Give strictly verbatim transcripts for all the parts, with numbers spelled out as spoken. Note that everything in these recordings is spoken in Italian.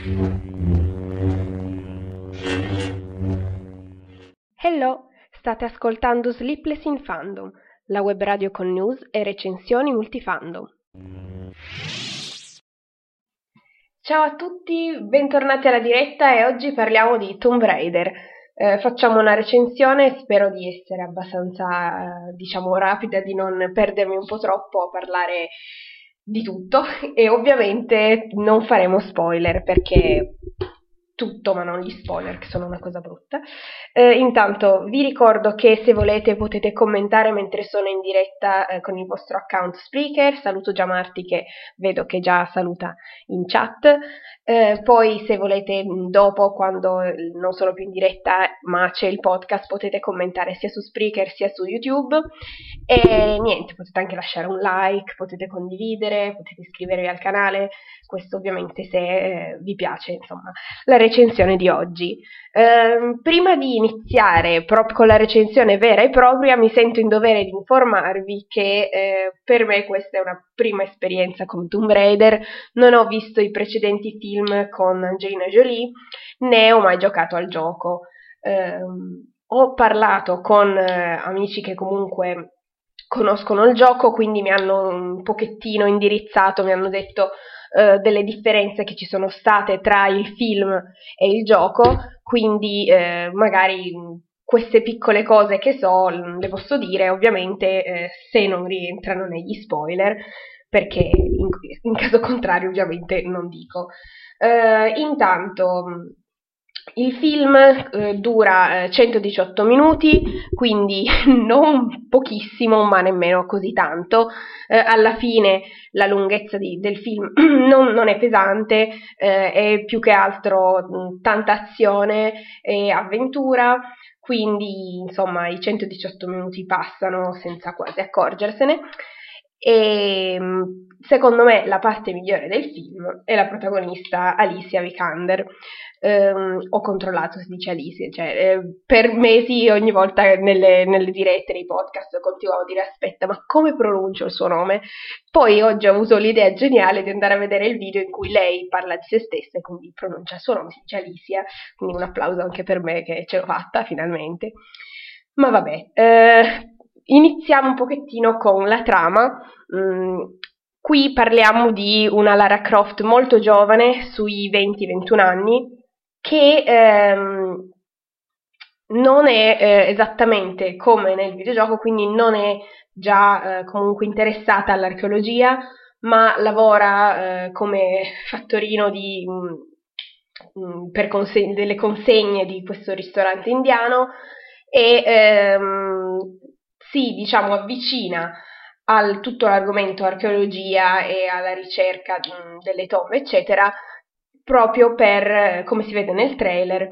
Hello, state ascoltando Sleepless in Fandom, la web radio con news e recensioni multifandom. Ciao a tutti, bentornati alla diretta e oggi parliamo di Tomb Raider. Eh, facciamo una recensione, spero di essere abbastanza, eh, diciamo, rapida, di non perdermi un po' troppo a parlare di tutto e ovviamente non faremo spoiler perché tutto, ma non gli spoiler che sono una cosa brutta. Eh, intanto vi ricordo che se volete potete commentare mentre sono in diretta eh, con il vostro account Spreaker. Saluto già Marti che vedo che già saluta in chat. Eh, poi se volete dopo, quando non sono più in diretta ma c'è il podcast, potete commentare sia su Spreaker sia su YouTube e niente, potete anche lasciare un like, potete condividere, potete iscrivervi al canale, questo ovviamente se eh, vi piace insomma la recensione di oggi. Eh, prima di iniziare proprio con la recensione vera e propria mi sento in dovere di informarvi che eh, per me questa è una prima esperienza con Tomb Raider, non ho visto i precedenti film con Angelina Jolie né ho mai giocato al gioco. Eh, ho parlato con eh, amici che comunque conoscono il gioco, quindi mi hanno un pochettino indirizzato, mi hanno detto Uh, delle differenze che ci sono state tra il film e il gioco, quindi eh, magari queste piccole cose che so le posso dire, ovviamente eh, se non rientrano negli spoiler, perché in, in caso contrario ovviamente non dico. Uh, intanto il film eh, dura eh, centodiciotto minuti, quindi non pochissimo, ma nemmeno così tanto. Eh, alla fine la lunghezza di, del film non, non è pesante, eh, è più che altro mh, tanta azione e avventura, quindi insomma i centodiciotto minuti passano senza quasi accorgersene. E secondo me la parte migliore del film è la protagonista Alicia Vikander. Um, ho controllato, si dice Alicia, cioè eh, per mesi ogni volta nelle, nelle dirette, nei podcast continuavo a dire aspetta, ma come pronuncio il suo nome? Poi oggi ho avuto l'idea geniale di andare a vedere il video in cui lei parla di se stessa e quindi pronuncia il suo nome, si dice Alicia, quindi un applauso anche per me che ce l'ho fatta finalmente. Ma vabbè, eh, iniziamo un pochettino con la trama. Mm, qui parliamo di una Lara Croft molto giovane, sui venti ventuno anni, che ehm, non è eh, esattamente come nel videogioco, quindi non è già eh, comunque interessata all'archeologia, ma lavora eh, come fattorino di, mh, mh, per conseg- delle consegne di questo ristorante indiano e ehm, si diciamo avvicina al tutto l'argomento archeologia e alla ricerca mh, delle tombe eccetera, proprio per, come si vede nel trailer,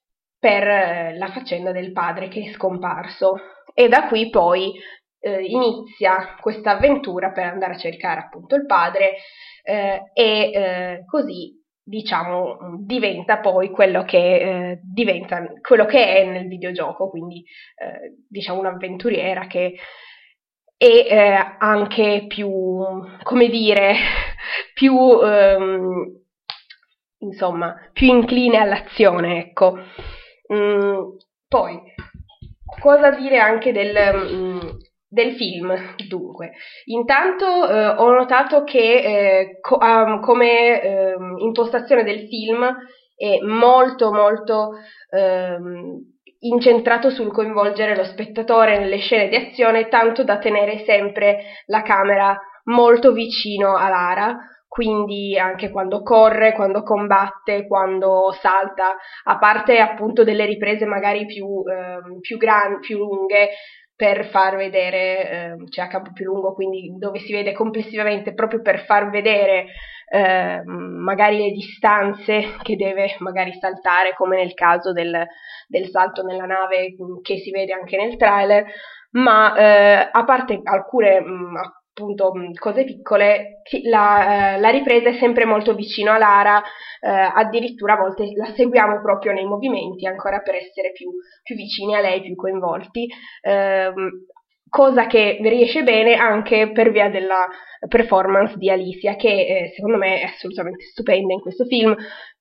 per la faccenda del padre che è scomparso e da qui poi eh, inizia questa avventura per andare a cercare appunto il padre eh, e eh, così diciamo diventa poi quello che eh, diventa quello che è nel videogioco, quindi eh, diciamo un'avventuriera che è eh, anche più, come dire, più ehm, insomma, più incline all'azione, ecco. Mm, poi, cosa dire anche del, mm, del film, dunque. Intanto eh, ho notato che eh, co- um, come eh, impostazione del film è molto molto ehm, incentrato sul coinvolgere lo spettatore nelle scene di azione, tanto da tenere sempre la camera molto vicino a Lara, quindi anche quando corre, quando combatte, quando salta, a parte appunto delle riprese magari più, eh, più, gran, più lunghe per far vedere, eh, cioè a campo più lungo, quindi dove si vede complessivamente proprio per far vedere eh, magari le distanze che deve magari saltare, come nel caso del, del salto nella nave che si vede anche nel trailer, ma eh, a parte alcune mh, appunto cose piccole, la, eh, la ripresa è sempre molto vicino a Lara, eh, addirittura a volte la seguiamo proprio nei movimenti, ancora per essere più, più vicini a lei, più coinvolti, eh, cosa che riesce bene anche per via della performance di Alicia, che eh, secondo me è assolutamente stupenda in questo film.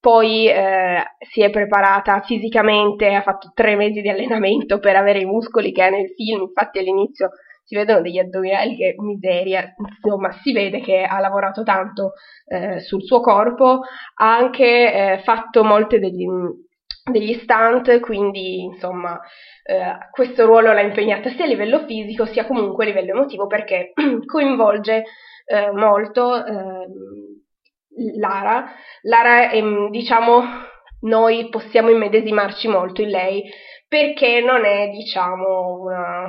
poi eh, si è preparata fisicamente, ha fatto tre mesi di allenamento per avere i muscoli che ha nel film, infatti all'inizio si vedono degli addominali che miseria, insomma si vede che ha lavorato tanto eh, sul suo corpo, ha anche eh, fatto molte degli, degli stunt, quindi insomma eh, questo ruolo l'ha impegnata sia a livello fisico sia comunque a livello emotivo, perché coinvolge eh, molto eh, Lara. Lara è, diciamo, noi possiamo immedesimarci molto in lei, perché non è, diciamo, una,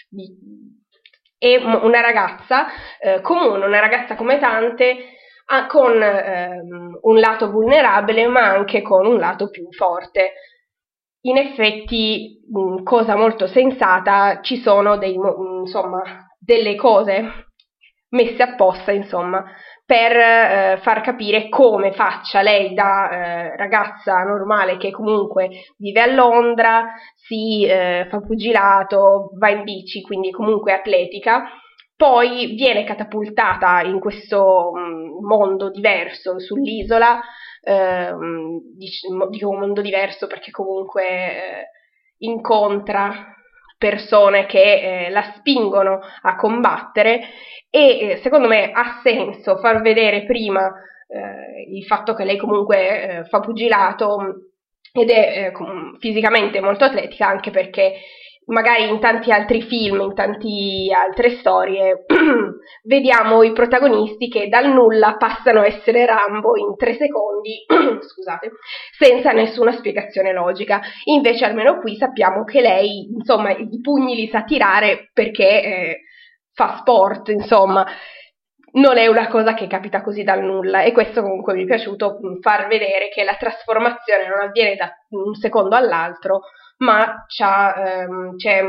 è una ragazza eh, comune, una ragazza come tante, ah, con eh, un lato vulnerabile, ma anche con un lato più forte. In effetti, mh, cosa molto sensata, ci sono dei, insomma, delle cose messe apposta, insomma, per eh, far capire come faccia lei da eh, ragazza normale che comunque vive a Londra, si eh, fa pugilato, va in bici, quindi comunque atletica, poi viene catapultata in questo mh, mondo diverso sull'isola, eh, dico un mondo diverso perché comunque eh, incontra persone che eh, la spingono a combattere, e eh, secondo me ha senso far vedere prima eh, il fatto che lei comunque eh, fa pugilato ed è eh, fisicamente molto atletica, anche perché magari in tanti altri film, in tante altre storie, vediamo i protagonisti che dal nulla passano a essere Rambo in tre secondi, scusate, senza nessuna spiegazione logica. Invece almeno qui sappiamo che lei, insomma, i pugni li sa tirare perché eh, fa sport, insomma. Non è una cosa che capita così dal nulla, e questo comunque mi è piaciuto, far vedere che la trasformazione non avviene da un secondo all'altro, ma c'ha, ehm, c'è,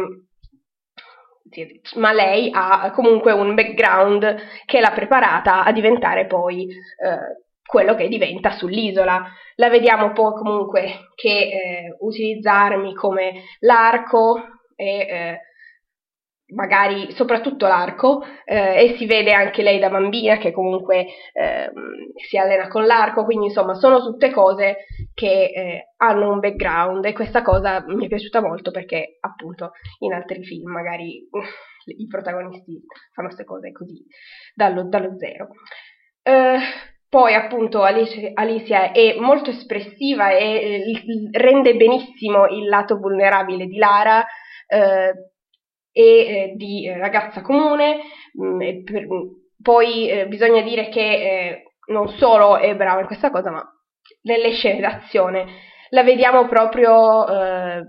ma lei ha comunque un background che l'ha preparata a diventare poi eh, quello che diventa sull'isola. La vediamo poi comunque che eh, utilizza armi come l'arco e eh, magari soprattutto l'arco, eh, e si vede anche lei da bambina che comunque eh, si allena con l'arco, quindi insomma sono tutte cose che eh, hanno un background, e questa cosa mi è piaciuta molto perché appunto in altri film magari i protagonisti fanno queste cose così dallo, dallo zero. Eh, poi appunto Alice, Alicia è molto espressiva e eh, rende benissimo il lato vulnerabile di Lara eh, e eh, di eh, ragazza comune. Mh, e per, poi eh, bisogna dire che eh, non solo è brava in questa cosa, ma nelle scene d'azione la vediamo proprio eh,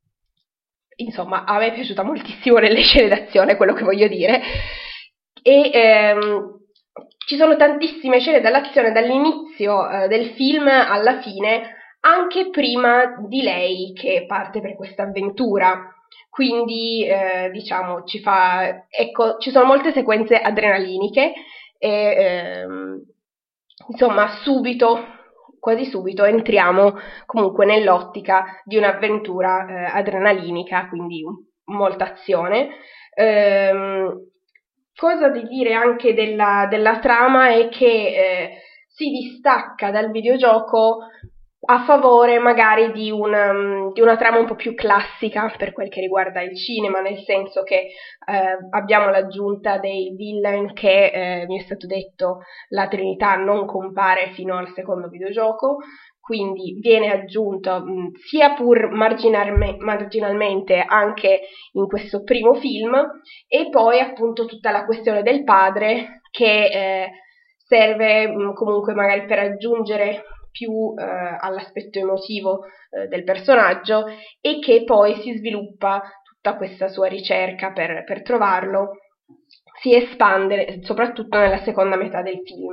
insomma, a me è piaciuta moltissimo nelle scene d'azione, quello che voglio dire, e ehm, ci sono tantissime scene dell'azione dall'inizio eh, del film alla fine, anche prima di lei che parte per questa avventura. Quindi eh, diciamo ci fa, ecco, ci sono molte sequenze adrenaliniche e ehm, insomma subito, quasi subito entriamo comunque nell'ottica di un'avventura eh, adrenalinica, quindi molta azione. Ehm, cosa di dire anche della, della trama è che eh, si distacca dal videogioco a favore magari di una, di una trama un po' più classica per quel che riguarda il cinema, nel senso che eh, abbiamo l'aggiunta dei villain che, eh, mi è stato detto, la Trinità non compare fino al secondo videogioco, quindi viene aggiunto mh, sia pur marginalme, marginalmente anche in questo primo film, e poi appunto tutta la questione del padre che eh, serve mh, comunque magari per aggiungere più eh, all'aspetto emotivo eh, del personaggio, e che poi si sviluppa tutta questa sua ricerca per, per trovarlo, si espande soprattutto nella seconda metà del film.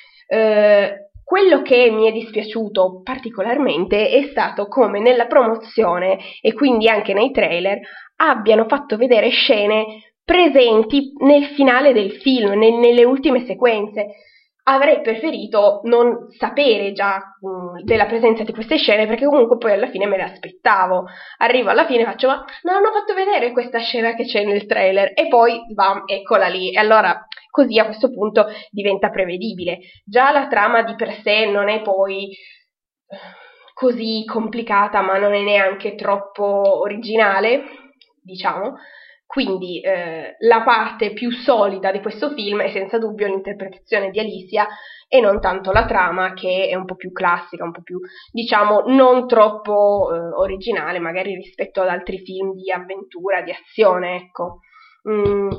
Eh, quello che mi è dispiaciuto particolarmente è stato come nella promozione e quindi anche nei trailer abbiano fatto vedere scene presenti nel finale del film, nel, nelle ultime sequenze. Avrei preferito non sapere già mh, della presenza di queste scene, perché comunque poi alla fine me le aspettavo. Arrivo alla fine e faccio, ma non hanno fatto vedere questa scena che c'è nel trailer, e poi bam, eccola lì. E allora così a questo punto diventa prevedibile. Già la trama di per sé non è poi così complicata, ma non è neanche troppo originale, diciamo. Quindi eh, la parte più solida di questo film è senza dubbio l'interpretazione di Alicia e non tanto la trama, che è un po' più classica, un po' più, diciamo, non troppo eh, originale, magari rispetto ad altri film di avventura, di azione, ecco. Mm.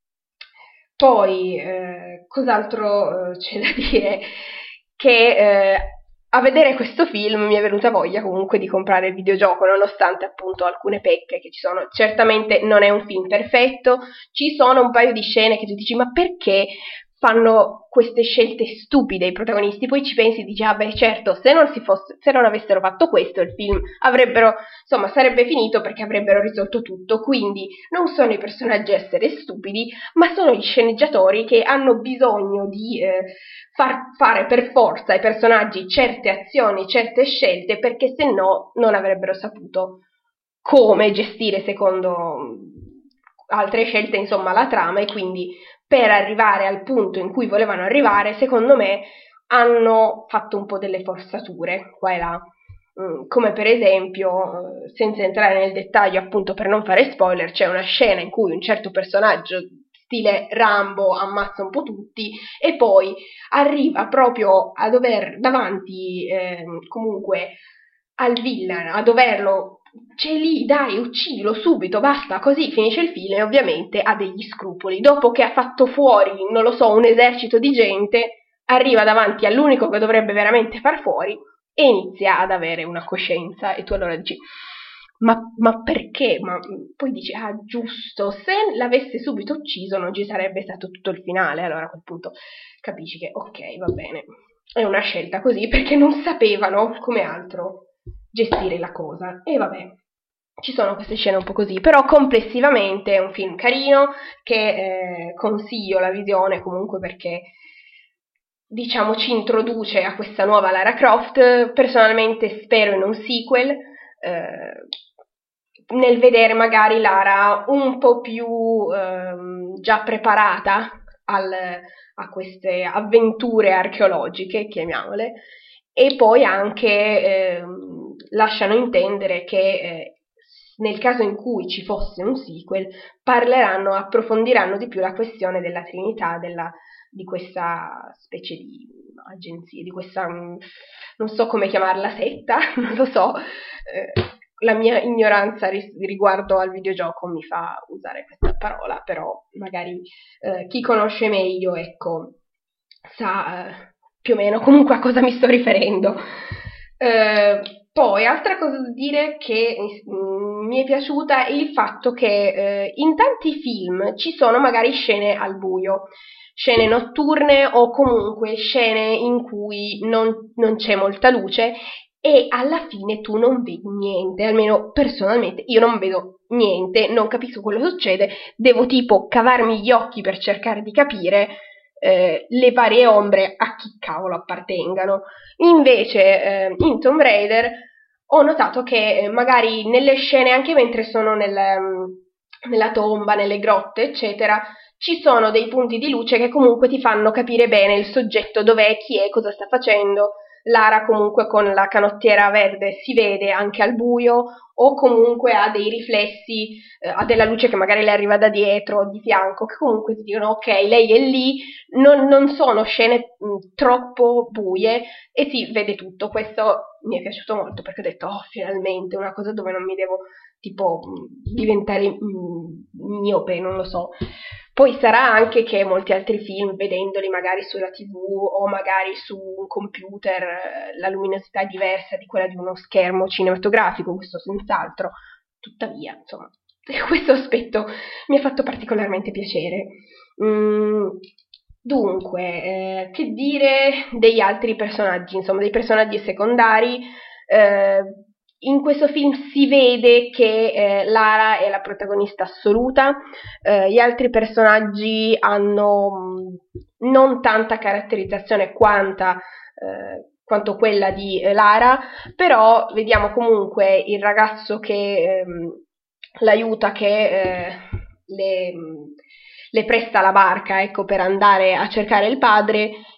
Poi, eh, cos'altro eh, c'è da dire? Che eh, a vedere questo film mi è venuta voglia comunque di comprare il videogioco, nonostante appunto alcune pecche che ci sono. Certamente non è un film perfetto, ci sono un paio di scene che tu dici ma perché fanno queste scelte stupide i protagonisti, poi ci pensi e dici ah beh certo, se non, si fosse, se non avessero fatto questo il film avrebbero, insomma sarebbe finito perché avrebbero risolto tutto, quindi non sono i personaggi a essere stupidi, ma sono gli sceneggiatori che hanno bisogno di eh, far fare per forza ai personaggi certe azioni, certe scelte, perché se no non avrebbero saputo come gestire secondo altre scelte, insomma, la trama, e quindi per arrivare al punto in cui volevano arrivare, secondo me, hanno fatto un po' delle forzature qua e là. Come per esempio, senza entrare nel dettaglio appunto per non fare spoiler, c'è una scena in cui un certo personaggio stile Rambo ammazza un po' tutti e poi arriva proprio a dover davanti eh, comunque al villain, a doverlo c'è lì, dai, uccidilo subito, basta, così finisce il film, e ovviamente ha degli scrupoli. Dopo che ha fatto fuori, non lo so, un esercito di gente, arriva davanti all'unico che dovrebbe veramente far fuori e inizia ad avere una coscienza, e tu allora dici ma, ma perché? Ma poi dici ah giusto, se l'avesse subito ucciso non ci sarebbe stato tutto il finale, allora a quel punto capisci che ok, va bene, è una scelta così perché non sapevano come altro gestire la cosa, e vabbè, ci sono queste scene un po' così, però complessivamente è un film carino che eh, consiglio la visione comunque perché diciamo ci introduce a questa nuova Lara Croft. Personalmente spero in un sequel, eh, nel vedere magari Lara un po' più ehm, già preparata al, a queste avventure archeologiche, chiamiamole, e poi anche ehm, lasciano intendere che eh, nel caso in cui ci fosse un sequel parleranno, approfondiranno di più la questione della Trinità, della, di questa specie di agenzia, di questa, non so come chiamarla, setta, non lo so, eh, la mia ignoranza riguardo al videogioco mi fa usare questa parola, però magari eh, chi conosce meglio, ecco, sa eh, più o meno comunque a cosa mi sto riferendo. Eh, poi, altra cosa da dire che mh, mi è piaciuta è il fatto che eh, in tanti film ci sono magari scene al buio, scene notturne o comunque scene in cui non, non c'è molta luce e alla fine tu non vedi niente, almeno personalmente io non vedo niente, non capisco quello che succede, devo tipo cavarmi gli occhi per cercare di capire eh, le varie ombre a chi cavolo appartengano. Invece eh, in Tomb Raider ho notato che eh, magari nelle scene, anche mentre sono nel, nella tomba, nelle grotte, eccetera, ci sono dei punti di luce che comunque ti fanno capire bene il soggetto, dov'è, chi è, cosa sta facendo. Lara comunque con la canottiera verde si vede anche al buio, o comunque ha dei riflessi, eh, ha della luce che magari le arriva da dietro o di fianco, che comunque ti dicono ok, lei è lì, non, non sono scene mh, troppo buie e si vede tutto. Questo mi è piaciuto molto perché ho detto oh finalmente una cosa dove non mi devo tipo mh, diventare mh, miope, non lo so. Poi sarà anche che molti altri film, vedendoli magari sulla tivù o magari su un computer, la luminosità è diversa di quella di uno schermo cinematografico, questo senz'altro. Tuttavia, insomma, questo aspetto mi ha fatto particolarmente piacere. Mm, dunque, eh, che dire degli altri personaggi, insomma, dei personaggi secondari? Eh, in questo film si vede che eh, Lara è la protagonista assoluta, eh, gli altri personaggi hanno mh, non tanta caratterizzazione quanta, eh, quanto quella di eh, Lara, però vediamo comunque il ragazzo che ehm, l'aiuta, che eh, le, le presta la barca, ecco, per andare a cercare il padre.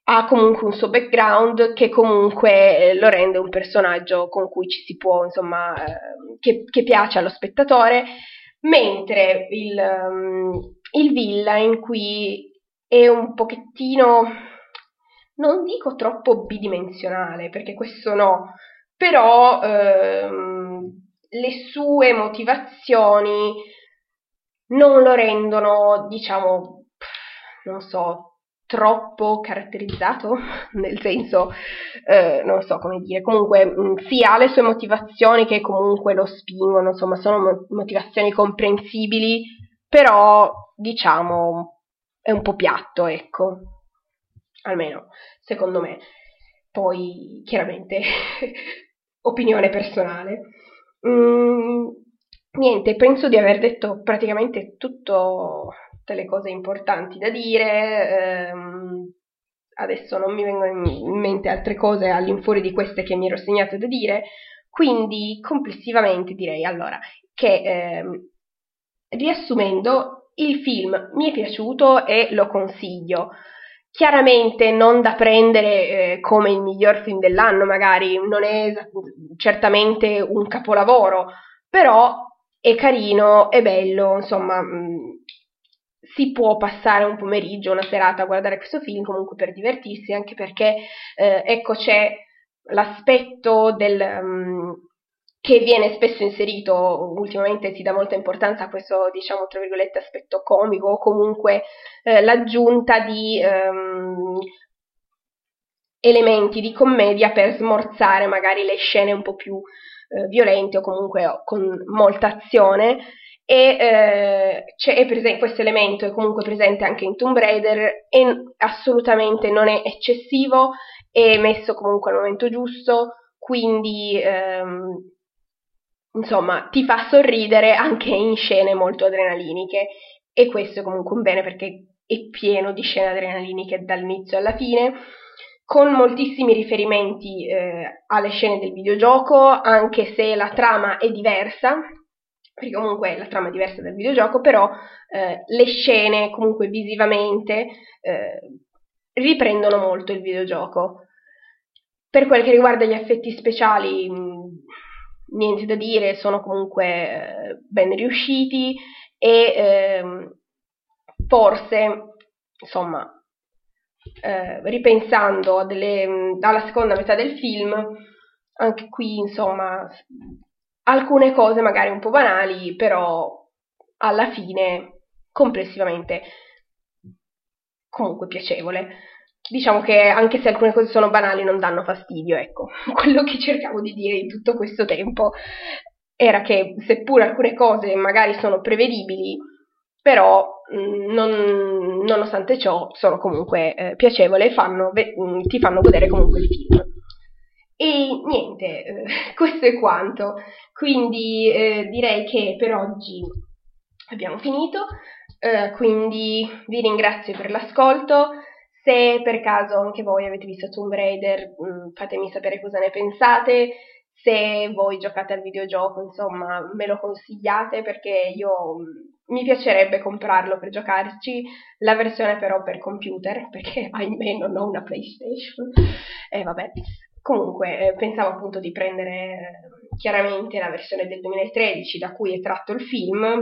ha comunque un suo background che comunque lo rende un personaggio con cui ci si può, insomma, eh, che, che piace allo spettatore, mentre il, um, il villain qui è un pochettino, non dico troppo bidimensionale, perché questo no, però ehm, le sue motivazioni non lo rendono, diciamo, non so, troppo caratterizzato, nel senso, eh, non so come dire, comunque mh, sì, ha le sue motivazioni che comunque lo spingono, insomma, sono mo- motivazioni comprensibili, però, diciamo, è un po' piatto, ecco, almeno secondo me. Poi, chiaramente, opinione personale. Mm, niente, penso di aver detto praticamente tutto, tutte le cose importanti da dire. Ehm, adesso non mi vengono in mente altre cose all'infuori di queste che mi ero segnate da dire, quindi complessivamente direi allora che ehm, riassumendo, il film mi è piaciuto e lo consiglio. Chiaramente non da prendere eh, come il miglior film dell'anno, magari non è certamente un capolavoro, però è carino, è bello, insomma, mh, si può passare un pomeriggio, una serata a guardare questo film comunque per divertirsi, anche perché eh, ecco c'è l'aspetto del, um, che viene spesso inserito, ultimamente si dà molta importanza a questo, diciamo, tra virgolette, aspetto comico, o comunque eh, l'aggiunta di um, elementi di commedia per smorzare magari le scene un po' più eh, violente o comunque oh, con molta azione. E eh, c'è presente, questo elemento è comunque presente anche in Tomb Raider e assolutamente non è eccessivo, è messo comunque al momento giusto, quindi ehm, insomma ti fa sorridere anche in scene molto adrenaliniche, e questo è comunque un bene perché è pieno di scene adrenaliniche dall'inizio alla fine, con moltissimi riferimenti eh, alle scene del videogioco, anche se la trama è diversa, perché comunque la trama è diversa dal videogioco, però eh, le scene comunque visivamente eh, riprendono molto il videogioco. Per quel che riguarda gli effetti speciali, mh, niente da dire, sono comunque eh, ben riusciti e ehm, forse, insomma, eh, ripensando delle, alla seconda metà del film, anche qui, insomma, alcune cose magari un po' banali, però alla fine complessivamente comunque piacevole. Diciamo che anche se alcune cose sono banali non danno fastidio, ecco. Quello che cercavo di dire in tutto questo tempo era che seppur alcune cose magari sono prevedibili, però mh, non, nonostante ciò sono comunque eh, piacevoli e fanno, mh, ti fanno godere comunque il film. E niente, eh, questo è quanto. Quindi eh, direi che per oggi abbiamo finito, eh, quindi vi ringrazio per l'ascolto. Se per caso anche voi avete visto Tomb Raider, mh, fatemi sapere cosa ne pensate. Se voi giocate al videogioco, insomma, me lo consigliate perché io mh, mi piacerebbe comprarlo per giocarci, la versione però per computer, perché ahimè non ho una PlayStation. E eh, vabbè. Comunque, eh, pensavo appunto di prendere eh, chiaramente la versione del duemilatredici da cui è tratto il film,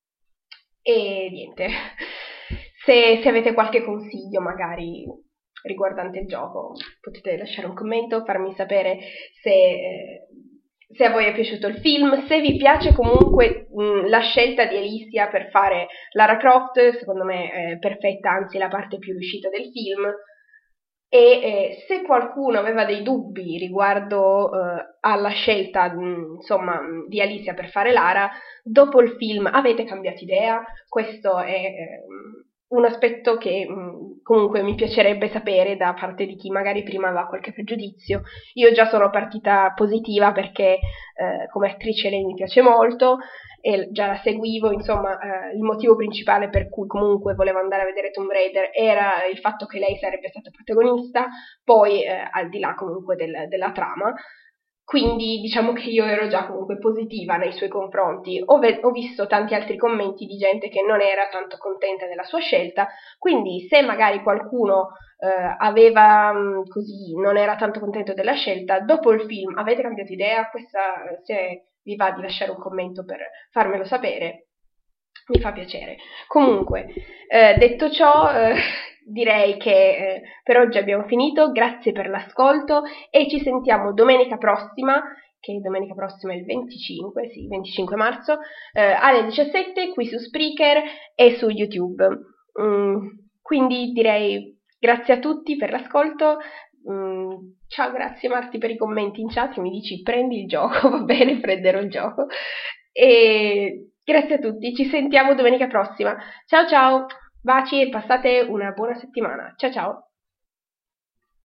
e niente, se, se avete qualche consiglio magari riguardante il gioco potete lasciare un commento, farmi sapere se, eh, se a voi è piaciuto il film, se vi piace comunque mh, la scelta di Alicia per fare Lara Croft, secondo me è perfetta, anzi la parte più riuscita del film. E eh, se qualcuno aveva dei dubbi riguardo eh, alla scelta mh, insomma, mh, di Alicia per fare Lara, dopo il film avete cambiato idea? Questo è eh, un aspetto che mh, comunque mi piacerebbe sapere da parte di chi magari prima aveva qualche pregiudizio. Io già sono partita positiva perché eh, come attrice lei mi piace molto e già la seguivo, insomma, eh, il motivo principale per cui comunque volevo andare a vedere Tomb Raider era il fatto che lei sarebbe stata protagonista, poi eh, al di là comunque del, della trama. quindi diciamo che io ero già comunque positiva nei suoi confronti. Ho, ve- ho visto tanti altri commenti di gente che non era tanto contenta della sua scelta, quindi se magari qualcuno eh, aveva mh, così, non era tanto contento della scelta, dopo il film avete cambiato idea? Questa, se vi va di lasciare un commento per farmelo sapere, mi fa piacere. Comunque, eh, detto ciò, eh, direi che eh, per oggi abbiamo finito. Grazie per l'ascolto e ci sentiamo domenica prossima, che domenica prossima è il venticinque, sì, venticinque marzo, eh, alle diciassette qui su Spreaker e su YouTube. Mm, quindi direi grazie a tutti per l'ascolto. Mm, ciao, grazie Marti per i commenti in chat che mi dici prendi il gioco, va bene, prenderò il gioco. E grazie a tutti, ci sentiamo domenica prossima. Ciao ciao, baci e passate una buona settimana. Ciao ciao.